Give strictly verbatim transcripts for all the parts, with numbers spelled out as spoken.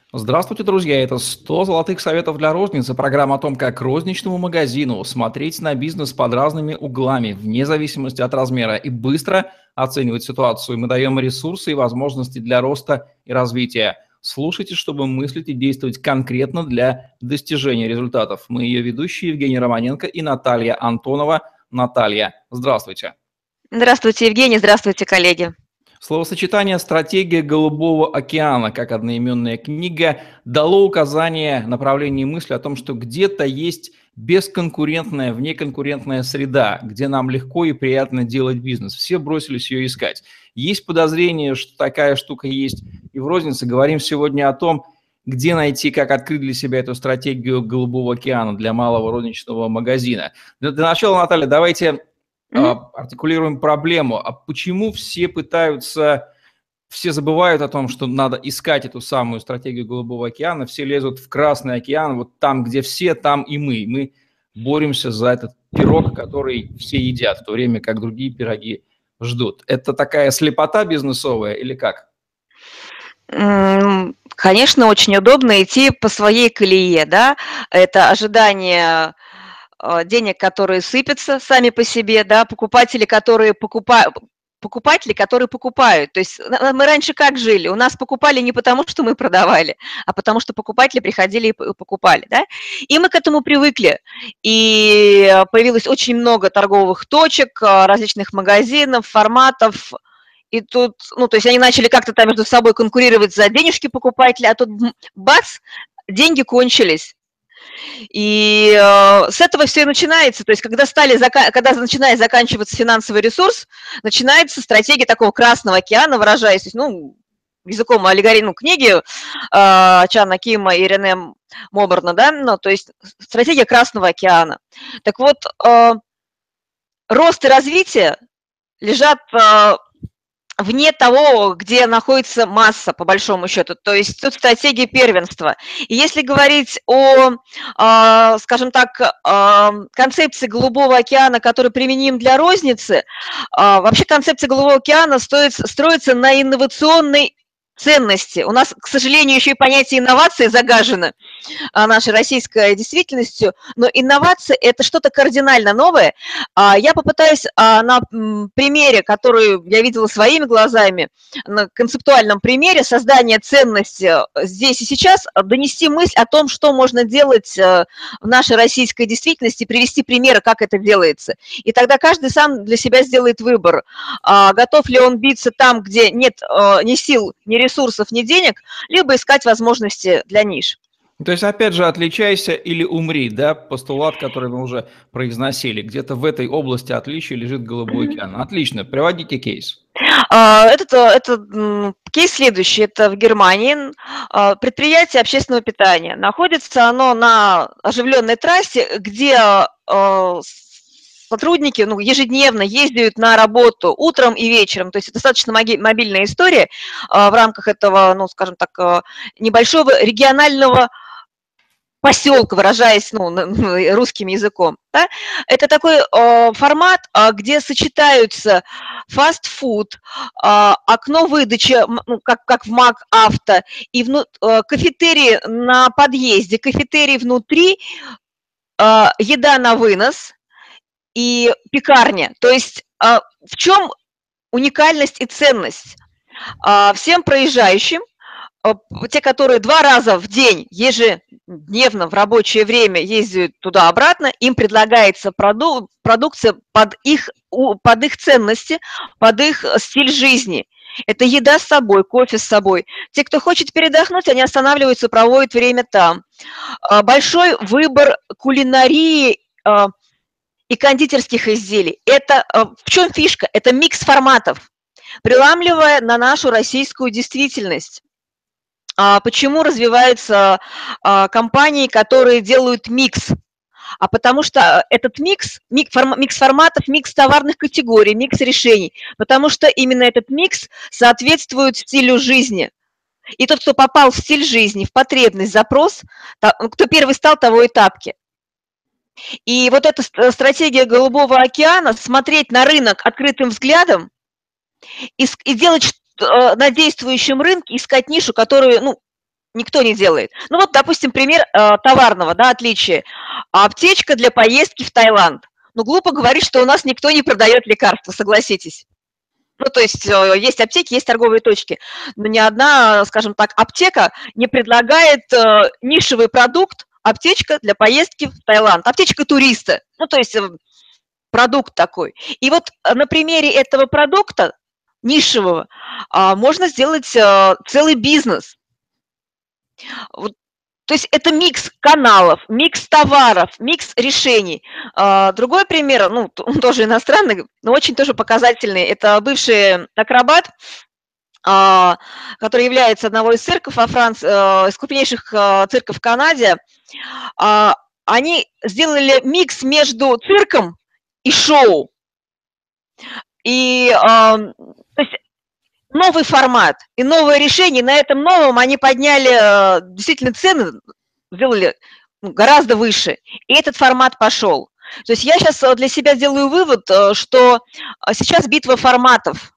Здравствуйте, друзья! Это сто золотых советов для розницы. Программа о том, как розничному магазину смотреть на бизнес под разными углами, вне зависимости от размера, и быстро оценивать ситуацию. Мы даем ресурсы и возможности для роста и развития. Слушайте, чтобы мыслить и действовать конкретно для достижения результатов. Мы ее ведущие Евгений Романенко и Наталья Антонова. Наталья, здравствуйте. Здравствуйте, Евгений. Здравствуйте, коллеги. Словосочетание «Стратегия Голубого океана», как одноименная книга, дало указание направления мысли о том, что где-то есть бесконкурентная, внеконкурентная среда, где нам легко и приятно делать бизнес. Все бросились ее искать. Есть подозрение, что такая штука есть и в рознице. Говорим сегодня о том, где найти, как открыть для себя эту стратегию Голубого океана для малого розничного магазина. Для, для начала, Наталья, давайте Мгм. артикулируем проблему. А почему все пытаются, все забывают о том, что надо искать эту самую стратегию Голубого океана, все лезут в Красный океан, вот там, где все, там и мы. Мы боремся за этот пирог, который все едят, в то время как другие пироги ждут. Это такая слепота бизнесовая или как? М, Конечно, очень удобно идти по своей колее, да. Это ожидание э, денег, которые сыпятся сами по себе, да, покупатели, которые покупают, покупатели, которые покупают. То есть на- мы раньше как жили? У нас покупали не потому, что мы продавали, а потому что покупатели приходили и п- покупали, да. И мы к этому привыкли. И э, появилось очень много торговых точек, э, различных магазинов, форматов. И тут, ну, то есть они начали как-то там между собой конкурировать за денежки покупателя, а тут м, бац, деньги кончились. И э, с этого все и начинается. То есть когда, стали, зака- когда начинает заканчиваться финансовый ресурс, начинается стратегия такого Красного океана, выражаясь, то есть, ну, языком аллегории, ну, книги э, Чана Кима и Рене Моберна, да, ну, то есть стратегия Красного океана. Так вот, э, рост и развитие лежат э, вне того, где находится масса, по большому счету. То есть тут стратегия первенства. И если говорить о, а, скажем так, а, концепции Голубого океана, который применим для розницы, а, вообще концепция Голубого океана стоит, строится на инновационной ценности. У нас, к сожалению, еще и понятие инновации загажено а, нашей российской действительностью, но инновация – это что-то кардинально новое. А, Я попытаюсь а, на м, примере, который я видела своими глазами, на концептуальном примере создания ценности здесь и сейчас, донести мысль о том, что можно делать э, в нашей российской действительности, привести примеры, как это делается. И тогда каждый сам для себя сделает выбор, а, готов ли он биться там, где нет э, ни сил, ни ресурсов, ни денег, либо искать возможности для ниш. То есть, опять же, отличайся или умри, да, постулат, который мы уже произносили. Где-то в этой области отличия лежит Голубой Мгм. океан. Отлично, приводите кейс. А, Этот, э, этот м, кейс следующий. Это в Германии. А, Предприятие общественного питания. Находится оно на оживленной трассе, где э, сотрудники ну, ежедневно ездят на работу утром и вечером. То есть это достаточно моги- мобильная история а, в рамках этого, ну, скажем так, э, небольшого регионального поселка, выражаясь ну, русским языком. Да? Это такой э, формат, э, где сочетаются фастфуд, э, окно выдачи, ну, как, как в Мак Авто, и вну, э, кафетерий на подъезде, кафетерий внутри, э, еда на вынос и пекарня. То есть э, в чем уникальность и ценность? Э, всем проезжающим э, те, которые два раза в день ежедневно в рабочее время ездят туда-обратно, им предлагается проду продукция под их, под их ценности, под их стиль жизни. Это еда с собой, кофе с собой. Те, кто хочет передохнуть, они останавливаются, проводят время там. А, Большой выбор кулинарии а, и кондитерских изделий. Это а, в чем фишка? Это микс форматов, приламливая на нашу российскую действительность. А почему развиваются а, компании, которые делают микс? А потому что этот микс, микс, микс форматов, микс товарных категорий, микс решений, потому что именно этот микс соответствует стилю жизни. И тот, кто попал в стиль жизни, в потребность, запрос, кто первый стал, того и тапки. И вот эта стратегия Голубого океана, смотреть на рынок открытым взглядом и, и делать на действующем рынке, искать нишу, которую, ну, никто не делает. Ну вот, допустим, пример э, товарного, да, отличия. Аптечка для поездки в Таиланд. Ну, глупо говорить, что у нас никто не продает лекарства, согласитесь. Ну, то есть э, есть аптеки, есть торговые точки, но ни одна, скажем так, аптека не предлагает э, нишевый продукт, аптечка для поездки в Таиланд, аптечка туриста, ну, то есть э, продукт такой. И вот на примере этого продукта нишевого э, можно сделать э, целый бизнес. Вот. То есть это микс каналов, микс товаров, микс решений. А, другой пример, ну, он тоже иностранный, но очень тоже показательный. Это бывший акробат, а, который является одного из цирков во Франции, а, из крупнейших а, цирков в Канаде. А, они сделали микс между цирком и шоу. И, а, то есть, новый формат и новое решение. На этом новом они подняли действительно цены, сделали гораздо выше, и этот формат пошел. То есть я сейчас для себя делаю вывод, что сейчас битва форматов.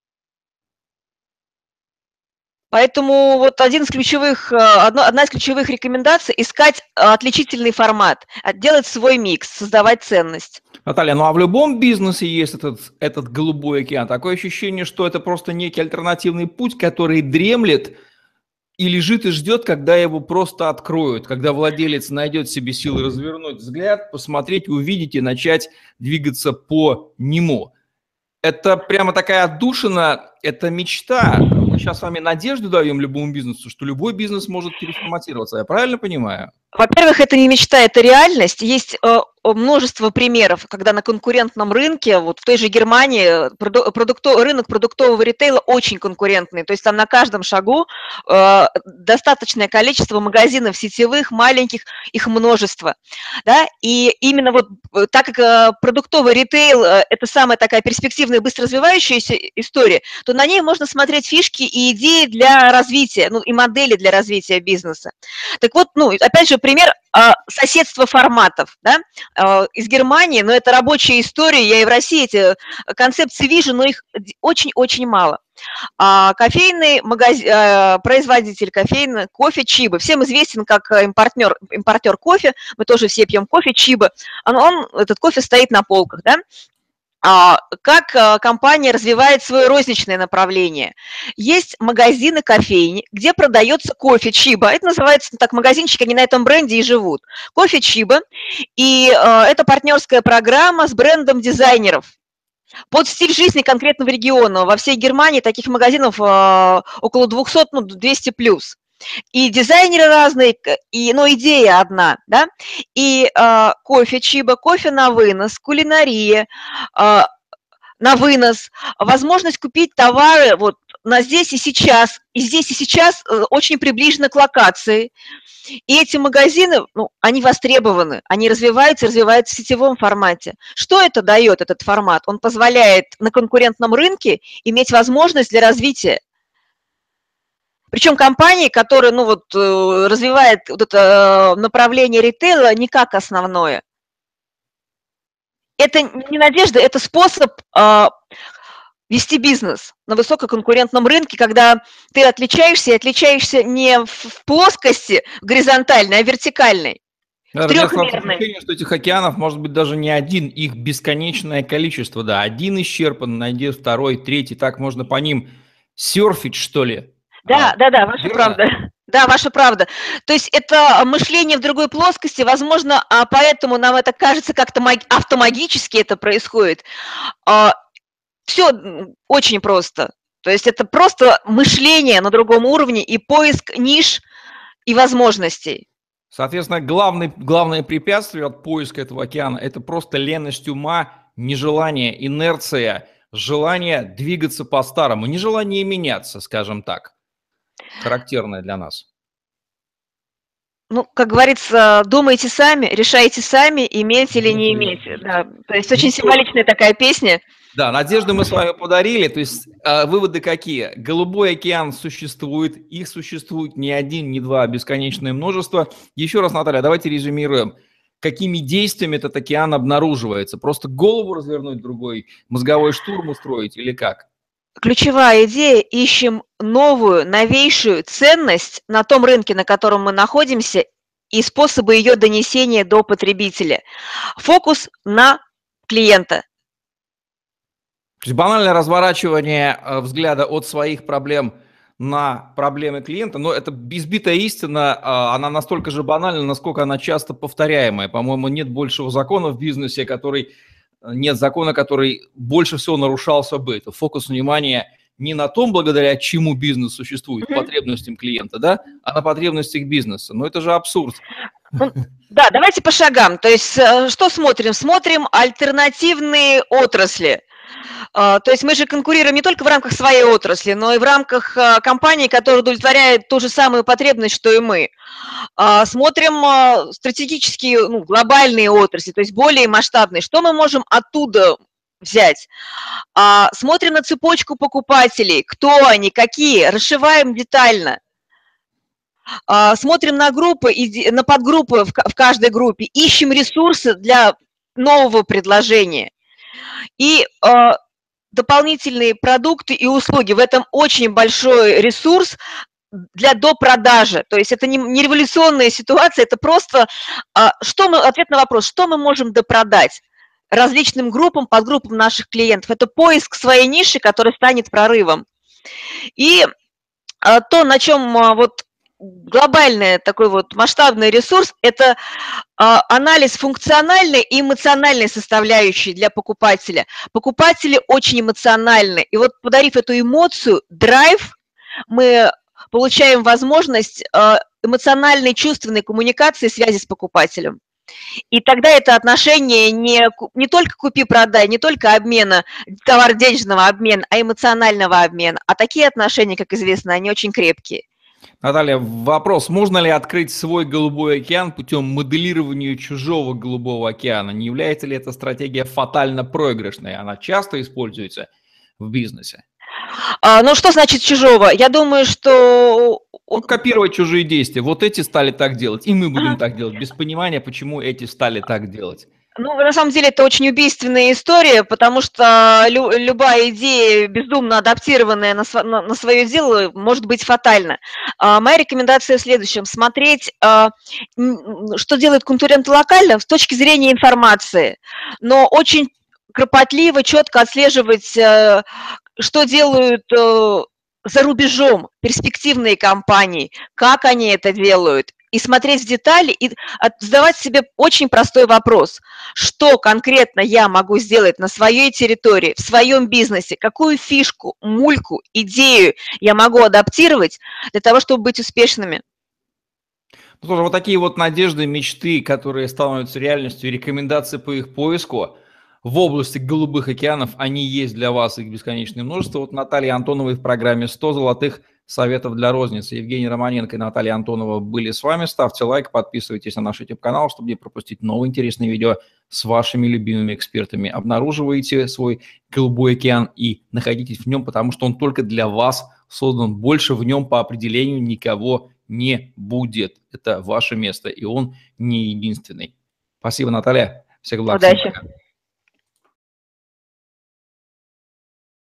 Поэтому вот один из ключевых, одно, одна из ключевых рекомендаций – искать отличительный формат, делать свой микс, создавать ценность. Наталья, ну а в любом бизнесе есть этот, этот голубой океан. Такое ощущение, что это просто некий альтернативный путь, который дремлет и лежит и ждет, когда его просто откроют, когда владелец найдет себе силы развернуть взгляд, посмотреть, увидеть и начать двигаться по нему. Это прямо такая отдушина, это мечта. Мы сейчас с вами надежду даем любому бизнесу, что любой бизнес может переформатироваться. Я правильно понимаю? Во-первых, это не мечта, это реальность. Есть э, множество примеров, когда на конкурентном рынке, вот в той же Германии, проду, продукто, рынок продуктового ритейла очень конкурентный. То есть там на каждом шагу э, достаточное количество магазинов сетевых, маленьких, их множество. Да? И именно вот так как э, продуктовый ритейл э, – это самая такая перспективная, быстро развивающаяся история, то на ней можно смотреть фишки и идеи для развития, ну и модели для развития бизнеса. Так вот, ну, опять же, пример а, соседства форматов, да, а, из Германии, но это рабочая история, я и в России эти концепции вижу, но их очень-очень мало. А, кофейный магазин, а, производитель кофейный, кофе Чибо, всем известен как импортер, импортер кофе, мы тоже все пьем кофе Чибо, он, он, этот кофе стоит на полках, да. Как компания развивает свое розничное направление. Есть магазины кофейни, где продается кофе Чибо. Это называется ну, так, магазинчики, они на этом бренде и живут. Кофе Чибо. И э, это партнерская программа с брендом дизайнеров под стиль жизни конкретного региона. Во всей Германии таких магазинов э, около двухсот, ну, двести плюс. И дизайнеры разные, и, но идея одна, да, и э, кофе Чибо, кофе на вынос, кулинария э, на вынос, возможность купить товары вот на здесь и сейчас, и здесь и сейчас э, очень приближены к локации. И эти магазины, ну, они востребованы, они развиваются, развиваются в сетевом формате. Что это дает, этот формат? Он позволяет на конкурентном рынке иметь возможность для развития. Причем компании, которые ну, вот, развивают вот это направление ритейла не как основное. Это не надежда, это способ э, вести бизнес на высококонкурентном рынке, когда ты отличаешься и отличаешься не в плоскости горизонтальной, а вертикальной. Да, у меня ощущение, что этих океанов может быть даже не один, их бесконечное количество. Да, один исчерпан, найди второй, третий, так можно по ним серфить, что ли. Да, а, да, да, ваша верно? правда. Да, ваша правда. То есть это мышление в другой плоскости, возможно, а поэтому нам это кажется как-то автомагически это происходит. Все очень просто. То есть это просто мышление на другом уровне и поиск ниш и возможностей. Соответственно, главный, главное препятствие от поиска этого океана – это просто леность ума, нежелание, инерция, желание двигаться по-старому, нежелание меняться, скажем так. Характерное для нас. Ну, как говорится, думайте сами, решайте сами, иметь или не иметь. Да. То есть очень символичная такая песня. Да, надежду мы с вами подарили. То есть э, выводы какие? Голубой океан существует, их существует не один, не два, а бесконечное множество. Еще раз, Наталья, давайте резюмируем. Какими действиями этот океан обнаруживается? Просто голову развернуть другой, мозговой штурм устроить или как? ключевая идея – ищем новую, новейшую ценность на том рынке, на котором мы находимся, и способы ее донесения до потребителя. Фокус на клиента. То есть банальное разворачивание взгляда от своих проблем на проблемы клиента, но это избитая истина, она настолько же банальна, насколько она часто повторяемая. По-моему, нет большего закона в бизнесе, который, нет закона, который больше всего нарушался бы. Это фокус внимания не на том, благодаря чему бизнес существует, mm-hmm. потребностям клиента, да, а на потребностях бизнеса. Но это же абсурд. Да, давайте по шагам. То есть что смотрим? Смотрим альтернативные отрасли. То есть мы же конкурируем не только в рамках своей отрасли, но и в рамках компаний, которые удовлетворяют ту же самую потребность, что и мы. Смотрим стратегические, ну, глобальные отрасли, то есть более масштабные. Что мы можем оттуда взять? Смотрим на цепочку покупателей, кто они, какие, расшиваем детально. Смотрим на группы, на подгруппы в каждой группе, ищем ресурсы для нового предложения. И дополнительные продукты и услуги. В этом очень большой ресурс для допродажи. То есть это не, не революционная ситуация, это просто что мы, ответ на вопрос, что мы можем допродать различным группам, подгруппам наших клиентов. Это поиск своей ниши, который станет прорывом. И то, на чем вот глобальный такой вот масштабный ресурс, это анализ функциональной и эмоциональной составляющей для покупателя. Покупатели очень эмоциональны. И вот подарив эту эмоцию, драйв, мы получаем возможность эмоциональной, чувственной коммуникации, связи с покупателем. И тогда это отношение не, не только купи-продай, не только обмена, товар-денежного обмена, а эмоционального обмена. А такие отношения, как известно, они очень крепкие. Наталья, вопрос, можно ли открыть свой голубой океан путем моделирования чужого голубого океана? Не является ли эта стратегия фатально проигрышной? Она часто используется в бизнесе. А, ну, что значит чужого? Я думаю, что... Ну, копировать чужие действия. Вот эти стали так делать, и мы будем ага. так делать, без понимания, почему эти стали так делать. Ну, на самом деле, это очень убийственная история, потому что лю любая идея, бездумно адаптированная на, св на, на свое дело, может быть фатальна. А, моя рекомендация в следующем. Смотреть, а, что делают конкуренты локально с точки зрения информации, но очень кропотливо, четко отслеживать, а, что делают а, за рубежом перспективные компании, как они это делают. И смотреть в детали, и задавать себе очень простой вопрос. Что конкретно я могу сделать на своей территории, в своем бизнесе? Какую фишку, мульку, идею я могу адаптировать для того, чтобы быть успешными? Ну, тоже вот такие вот надежды, мечты, которые становятся реальностью, и рекомендации по их поиску в области голубых океанов, они есть для вас, их бесконечное множество. Вот Наталья Антоновой в программе сто золотых советов для розницы. Евгений Романенко и Наталья Антонова были с вами. Ставьте лайк, подписывайтесь на наш YouTube-канал, чтобы не пропустить новые интересные видео с вашими любимыми экспертами. Обнаруживайте свой голубой океан и находитесь в нем, потому что он только для вас создан. Больше в нем по определению никого не будет. Это ваше место, и он не единственный. Спасибо, Наталья. Всех благ. Удачи.